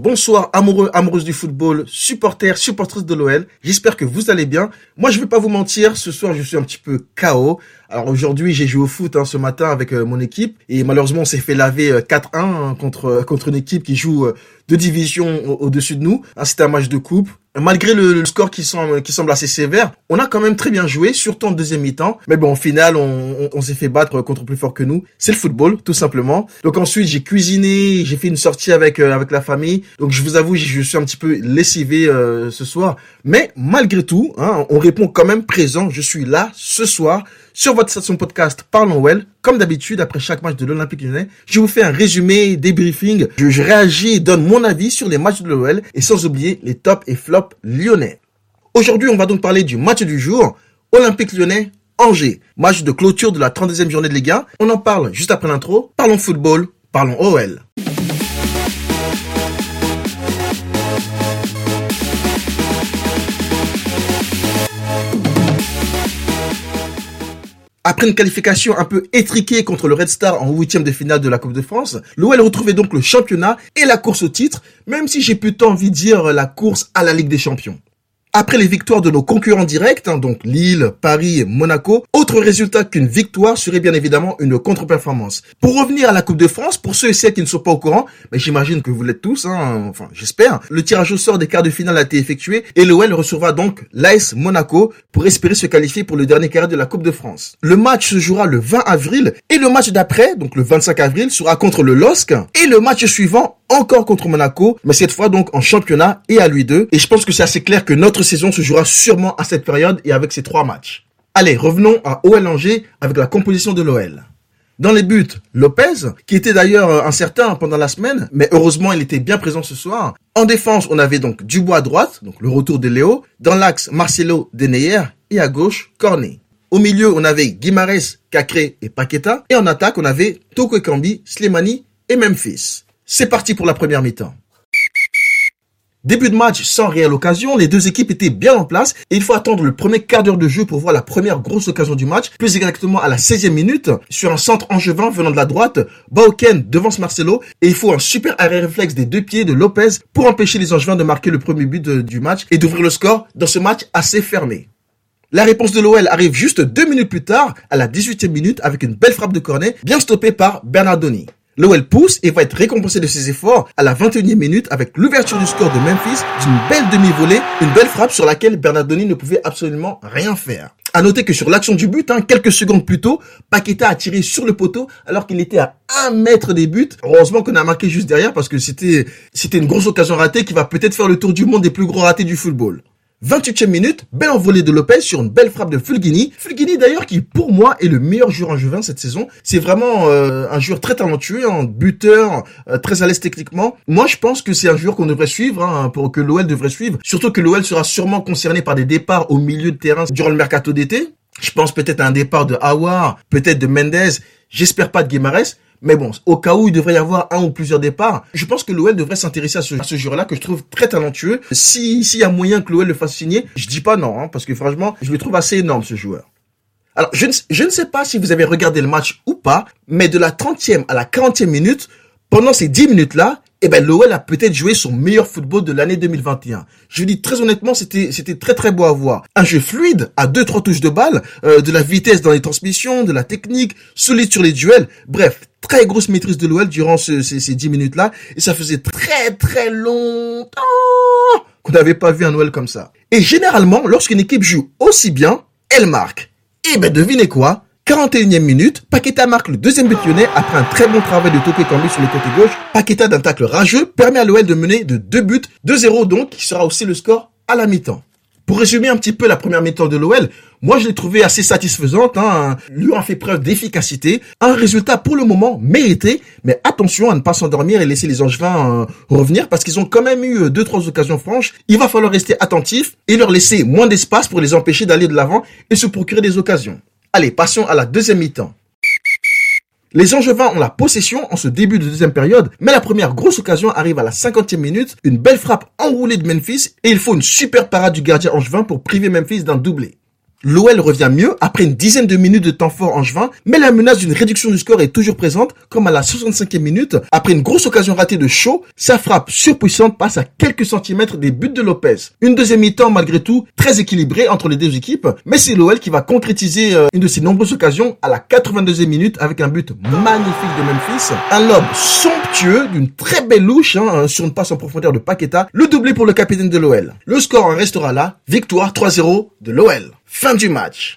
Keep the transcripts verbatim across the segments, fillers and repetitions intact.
bonsoir amoureux, amoureuses du football, supporters, supportrices de l'O L. J'espère que vous allez bien. Moi, je vais pas vous mentir, ce soir, je suis un petit peu K O. Alors aujourd'hui, j'ai joué au foot hein, ce matin avec euh, mon équipe et malheureusement, on s'est fait laver euh, quatre un hein, contre euh, contre une équipe qui joue euh, deux divisions au- au-dessus de nous. Hein, c'était un match de coupe. Malgré le, le score qui semble qui semble assez sévère, on a quand même très bien joué, surtout en deuxième mi-temps. Mais bon, au final, on, on, on s'est fait battre contre plus fort que nous. C'est le football, tout simplement. Donc ensuite, j'ai cuisiné, j'ai fait une sortie avec euh, avec la famille. Donc je vous avoue, je suis un petit peu lessivé euh, ce soir. Mais malgré tout, hein, on répond quand même présent. Je suis là ce soir sur votre station podcast Parlons O L. Comme d'habitude, après chaque match de l'Olympique Lyonnais, je vous fais un résumé, débriefing. Je, je réagis et donne mon avis sur les matchs de l'O L et sans oublier les tops et flops lyonnais. Aujourd'hui, on va donc parler du match du jour, Olympique Lyonnais Angers, match de clôture de la trente-deuxième journée de Ligue un. On en parle juste après l'intro. Parlons football, parlons O L. Après une qualification un peu étriquée contre le Red Star en huitième de finale de la Coupe de France, l'O L retrouvait donc le championnat et la course au titre, même si j'ai plutôt envie de dire la course à la Ligue des Champions. Après les victoires de nos concurrents directs, hein, donc Lille, Paris et Monaco, autre résultat qu'une victoire serait bien évidemment une contre-performance. Pour revenir à la Coupe de France, pour ceux et celles qui ne sont pas au courant, mais j'imagine que vous l'êtes tous, hein, enfin j'espère, le tirage au sort des quarts de finale a été effectué et l'O L recevra donc l'A S Monaco pour espérer se qualifier pour le dernier carré de la Coupe de France. Le match se jouera le vingt avril et le match d'après, donc le vingt-cinq avril, sera contre le L O S C et le match suivant encore contre Monaco, mais cette fois donc en championnat et à lui deux. Et je pense que c'est assez clair que notre saison se jouera sûrement à cette période et avec ces trois matchs. Allez, revenons à O L Angers avec la composition de l'O L. Dans les buts, Lopez, qui était d'ailleurs incertain pendant la semaine, mais heureusement il était bien présent ce soir. En défense, on avait donc Dubois à droite, donc le retour de Léo. Dans l'axe, Marcelo, Deneyer et à gauche, Cornet. Au milieu, on avait Guimarães, Cacré et Paqueta. Et en attaque, on avait Toko Ekambi, Slimani et Memphis. C'est parti pour la première mi-temps. Début de match sans réelle occasion, les deux équipes étaient bien en place et il faut attendre le premier quart d'heure de jeu pour voir la première grosse occasion du match, plus exactement à la seizième minute, sur un centre angevin venant de la droite, Bauken devance Marcelo et il faut un super arrêt réflexe des deux pieds de Lopez pour empêcher les angevins de marquer le premier but de, du match et d'ouvrir le score dans ce match assez fermé. La réponse de l'O L arrive juste deux minutes plus tard, à la dix-huitième minute, avec une belle frappe de Cornet, bien stoppée par Bernardoni. L'O L pousse et va être récompensé de ses efforts à la vingt et unième minute avec l'ouverture du score de Memphis d'une belle demi-volée, une belle frappe sur laquelle Bernardoni ne pouvait absolument rien faire. À noter que sur l'action du but, hein, quelques secondes plus tôt, Paqueta a tiré sur le poteau alors qu'il était à un mètre des buts. Heureusement qu'on a marqué juste derrière parce que c'était c'était une grosse occasion ratée qui va peut-être faire le tour du monde des plus gros ratés du football. vingt-huitième minute, belle envolée de Lopez sur une belle frappe de Fulgini. Fulgini d'ailleurs qui pour moi est le meilleur joueur angevin cette saison. C'est vraiment euh, un joueur très talentueux, un buteur, euh, très à l'aise techniquement. Moi je pense que c'est un joueur qu'on devrait suivre, hein, pour que l'O L devrait suivre. Surtout que l'O L sera sûrement concerné par des départs au milieu de terrain durant le mercato d'été. Je pense peut-être à un départ de Aouar, peut-être de Mendes. J'espère pas de Guimarães. Mais bon, au cas où il devrait y avoir un ou plusieurs départs, je pense que l'O L devrait s'intéresser à ce, à ce joueur-là que je trouve très talentueux. Si, s'il y a moyen que l'O L le fasse signer, je dis pas non, hein, parce que franchement, je le trouve assez énorme, ce joueur. Alors, je ne, je ne sais pas si vous avez regardé le match ou pas, mais de la trentième à la quarantième minute, pendant ces dix minutes-là, eh ben, l'O L a peut-être joué son meilleur football de l'année deux mille vingt et un. Je vous dis très honnêtement, c'était, c'était très très beau à voir. Un jeu fluide, à deux, trois touches de balle, euh, de la vitesse dans les transmissions, de la technique, solide sur les duels. Bref, très grosse maîtrise de l'O L durant ce, ces, ces dix minutes-là. Et ça faisait très très longtemps qu'on n'avait pas vu un O L comme ça. Et généralement, lorsqu'une équipe joue aussi bien, elle marque. Et ben, devinez quoi? quarante et unième minute, Paqueta marque le deuxième but lyonnais après un très bon travail de Toko Ekambi sur le côté gauche. Paqueta d'un tacle rageux permet à l'O L de mener de deux buts, deux zéro donc, qui sera aussi le score à la mi-temps. Pour résumer un petit peu la première mi-temps de l'O L, moi je l'ai trouvée assez satisfaisante, hein. Lyon a fait preuve d'efficacité, un résultat pour le moment mérité, mais attention à ne pas s'endormir et laisser les Angevins euh, revenir parce qu'ils ont quand même eu deux trois occasions franches. Il va falloir rester attentif et leur laisser moins d'espace pour les empêcher d'aller de l'avant et se procurer des occasions. Allez, passons à la deuxième mi-temps. Les Angevins ont la possession en ce début de deuxième période, mais la première grosse occasion arrive à la cinquantième minute, une belle frappe enroulée de Memphis, et il faut une super parade du gardien angevin pour priver Memphis d'un doublé. L'O L revient mieux après une dizaine de minutes de temps fort angevin, mais la menace d'une réduction du score est toujours présente, comme à la soixante-cinquième minute, après une grosse occasion ratée de Shaw, sa frappe surpuissante passe à quelques centimètres des buts de Lopez. Une deuxième mi-temps malgré tout très équilibrée entre les deux équipes, mais c'est l'O L qui va concrétiser euh, une de ses nombreuses occasions à la quatre-vingt-deuxième minute avec un but magnifique de Memphis, un lob somptueux d'une très belle louche hein, sur une passe en profondeur de Paqueta, le doublé pour le capitaine de l'O L. Le score en restera là, victoire trois zéro de l'O L. Fin du match.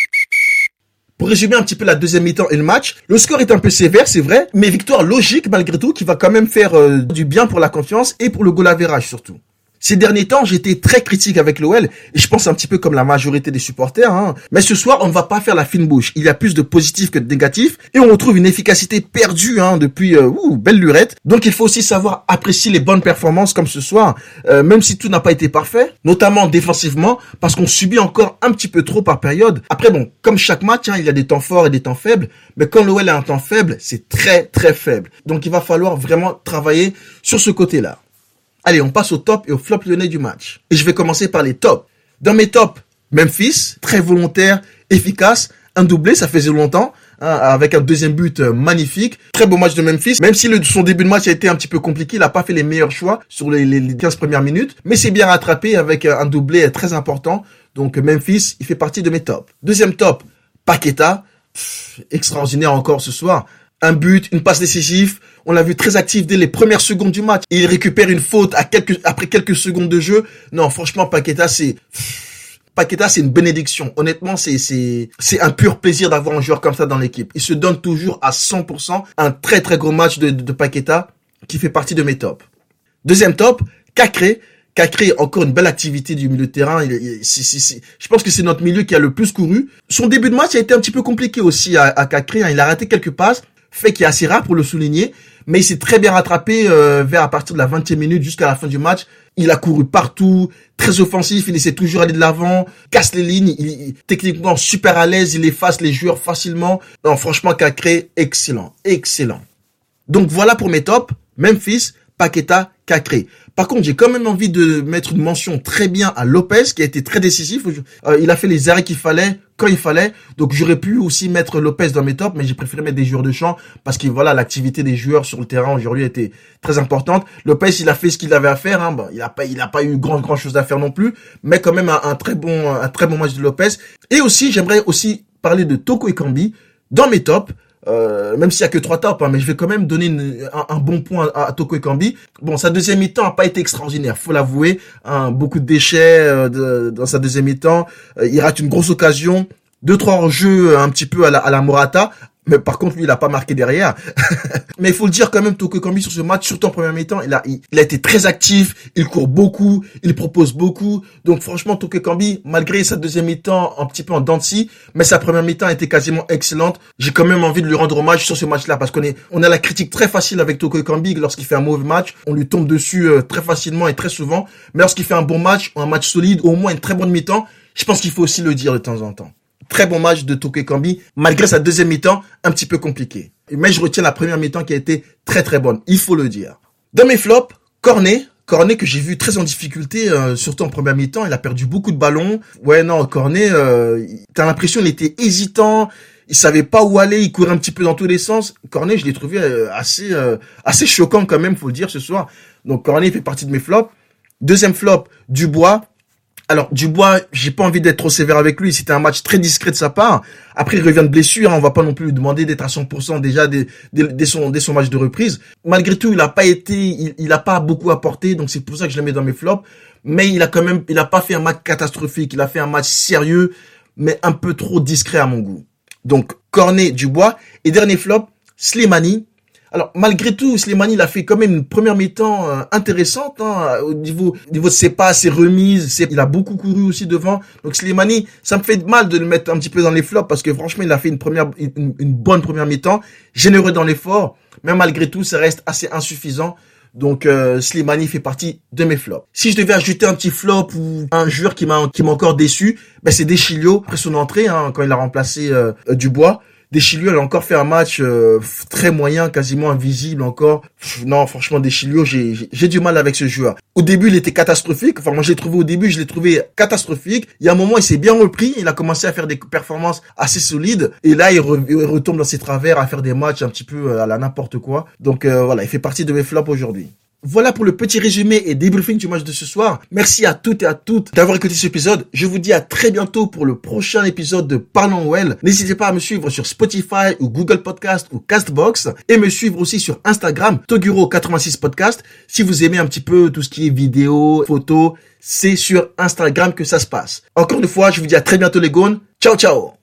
Pour résumer un petit peu la deuxième mi-temps et le match, le score est un peu sévère, c'est vrai, mais victoire logique malgré tout qui va quand même faire euh, du bien pour la confiance et pour le goal average surtout. Ces derniers temps, j'ai été très critique avec l'O L et je pense un petit peu comme la majorité des supporters. Hein. Mais ce soir, on ne va pas faire la fine bouche. Il y a plus de positifs que de négatifs et on retrouve une efficacité perdue hein, depuis euh, ouh, belle lurette. Donc il faut aussi savoir apprécier les bonnes performances comme ce soir, euh, même si tout n'a pas été parfait, notamment défensivement, parce qu'on subit encore un petit peu trop par période. Après bon, comme chaque match, hein, il y a des temps forts et des temps faibles, mais quand l'O L a un temps faible, c'est très très faible. Donc il va falloir vraiment travailler sur ce côté-là. Allez, on passe au top et au flop lyonnais du match. Et je vais commencer par les tops. Dans mes tops, Memphis, très volontaire, efficace, un doublé, ça faisait longtemps, hein, avec un deuxième but euh, magnifique. Très beau match de Memphis, même si le, son début de match a été un petit peu compliqué, il n'a pas fait les meilleurs choix sur les, les, les quinze premières minutes, mais c'est bien rattrapé avec un doublé très important. Donc Memphis, il fait partie de mes tops. Deuxième top, Paqueta, pff, extraordinaire encore ce soir. Un but, une passe décisive. On l'a vu très actif dès les premières secondes du match. Il récupère une faute à quelques, après quelques secondes de jeu. Non, franchement, Paqueta, c'est, Paqueta, c'est une bénédiction. Honnêtement, c'est, c'est, c'est un pur plaisir d'avoir un joueur comme ça dans l'équipe. Il se donne toujours à cent pour cent. Un très, très gros match de, de, de Paqueta qui fait partie de mes tops. Deuxième top, Cacré. Cacré, encore une belle activité du milieu de terrain. Il, il, c'est, c'est, c'est, je pense que c'est notre milieu qui a le plus couru. Son début de match a été un petit peu compliqué aussi à, à Cacré. Hein. Il a raté quelques passes. Fait qui est assez rare pour le souligner, mais il s'est très bien rattrapé euh, vers à partir de la vingtième minute jusqu'à la fin du match. Il a couru partout, très offensif, il essaie toujours d'aller de l'avant, casse les lignes, il, il techniquement super à l'aise, il efface les joueurs facilement. Non, franchement, Cacré, excellent, excellent. Donc voilà pour mes tops, Memphis, Paqueta, Cacré. Par contre, j'ai quand même envie de mettre une mention très bien à Lopez, qui a été très décisif. Euh, il a fait les arrêts qu'il fallait, quand il fallait. Donc, j'aurais pu aussi mettre Lopez dans mes tops, mais j'ai préféré mettre des joueurs de champ, parce que voilà, l'activité des joueurs sur le terrain aujourd'hui était très importante. Lopez, il a fait ce qu'il avait à faire. Hein. Bon, il a pas, il a pas eu grand, grand chose à faire non plus, mais quand même un, un très bon, un très bon match de Lopez. Et aussi, j'aimerais aussi parler de Toko Ekambi dans mes tops. Euh, même s'il y a que trois tops, hein, mais je vais quand même donner une, un, un bon point à, à Toko Ekambi. Bon, sa deuxième mi-temps a pas été extraordinaire, faut l'avouer. Hein, beaucoup de déchets euh, de, dans sa deuxième mi-temps. Euh, il rate une grosse occasion, deux trois hors-jeu un petit peu à la, à la Morata. Mais par contre, lui, il a pas marqué derrière. Mais il faut le dire quand même, Toko Ekambi sur ce match, surtout en première mi-temps, il a, il, il a été très actif, il court beaucoup, il propose beaucoup. Donc franchement, Toko Ekambi, malgré sa deuxième mi-temps un petit peu en dents de scie, mais sa première mi-temps était quasiment excellente. J'ai quand même envie de lui rendre hommage sur ce match-là, parce qu'on est, on a la critique très facile avec Toko Ekambi lorsqu'il fait un mauvais match. On lui tombe dessus euh, très facilement et très souvent. Mais lorsqu'il fait un bon match, ou un match solide, ou au moins une très bonne mi-temps, je pense qu'il faut aussi le dire de temps en temps. Très bon match de Toko Ekambi, malgré sa deuxième mi-temps, un petit peu compliquée. Mais je retiens la première mi-temps qui a été très très bonne, il faut le dire. Dans mes flops, Cornet, Cornet que j'ai vu très en difficulté, euh, surtout en première mi-temps, il a perdu beaucoup de ballons. Ouais non, Cornet, euh, t'as l'impression qu'il était hésitant, il savait pas où aller, il courait un petit peu dans tous les sens. Cornet, je l'ai trouvé euh, assez euh, assez choquant quand même, faut le dire ce soir. Donc Cornet fait partie de mes flops. Deuxième flop, Dubois. Alors, Dubois, j'ai pas envie d'être trop sévère avec lui. C'était un match très discret de sa part. Après, il revient de blessure. Hein, on va pas non plus lui demander d'être à cent pour cent déjà dès, dès, dès, son, dès son match de reprise. Malgré tout, il a pas été, il, il a pas beaucoup apporté. Donc, c'est pour ça que je le mets dans mes flops. Mais il a quand même, il a pas fait un match catastrophique. Il a fait un match sérieux, mais un peu trop discret à mon goût. Donc, Cornet, Dubois. Et dernier flop, Slimani. Alors, malgré tout, Slimani, il a fait quand même une première mi-temps euh, intéressante, hein, au niveau, au niveau de ses passes, ses remises, ses... il a beaucoup couru aussi devant. Donc, Slimani, ça me fait mal de le mettre un petit peu dans les flops parce que franchement, il a fait une première, une, une bonne première mi-temps, généreux dans l'effort, mais malgré tout, ça reste assez insuffisant. Donc, euh, Slimani fait partie de mes flops. Si je devais ajouter un petit flop ou un joueur qui m'a, qui m'a encore déçu, ben, c'est Deschilio, après son entrée, hein, quand il a remplacé euh, Dubois. Deschilio, elle a encore fait un match euh, très moyen, quasiment invisible encore. Pff, non, franchement, Deschilio, j'ai, j'ai j'ai du mal avec ce joueur. Au début, il était catastrophique. Enfin, moi, je l'ai trouvé au début, je l'ai trouvé catastrophique. Il y a un moment, il s'est bien repris. Il a commencé à faire des performances assez solides. Et là, il, re, il retombe dans ses travers à faire des matchs un petit peu à la n'importe quoi. Donc euh, voilà, il fait partie de mes flops aujourd'hui. Voilà pour le petit résumé et débriefing du match de ce soir. Merci à toutes et à toutes d'avoir écouté cet épisode. Je vous dis à très bientôt pour le prochain épisode de Parlons Well. N'hésitez pas à me suivre sur Spotify ou Google Podcast ou Castbox et me suivre aussi sur Instagram, Toguro quatre-vingt-six Podcast. Si vous aimez un petit peu tout ce qui est vidéo, photo, c'est sur Instagram que ça se passe. Encore une fois, je vous dis à très bientôt les gones. Ciao, ciao!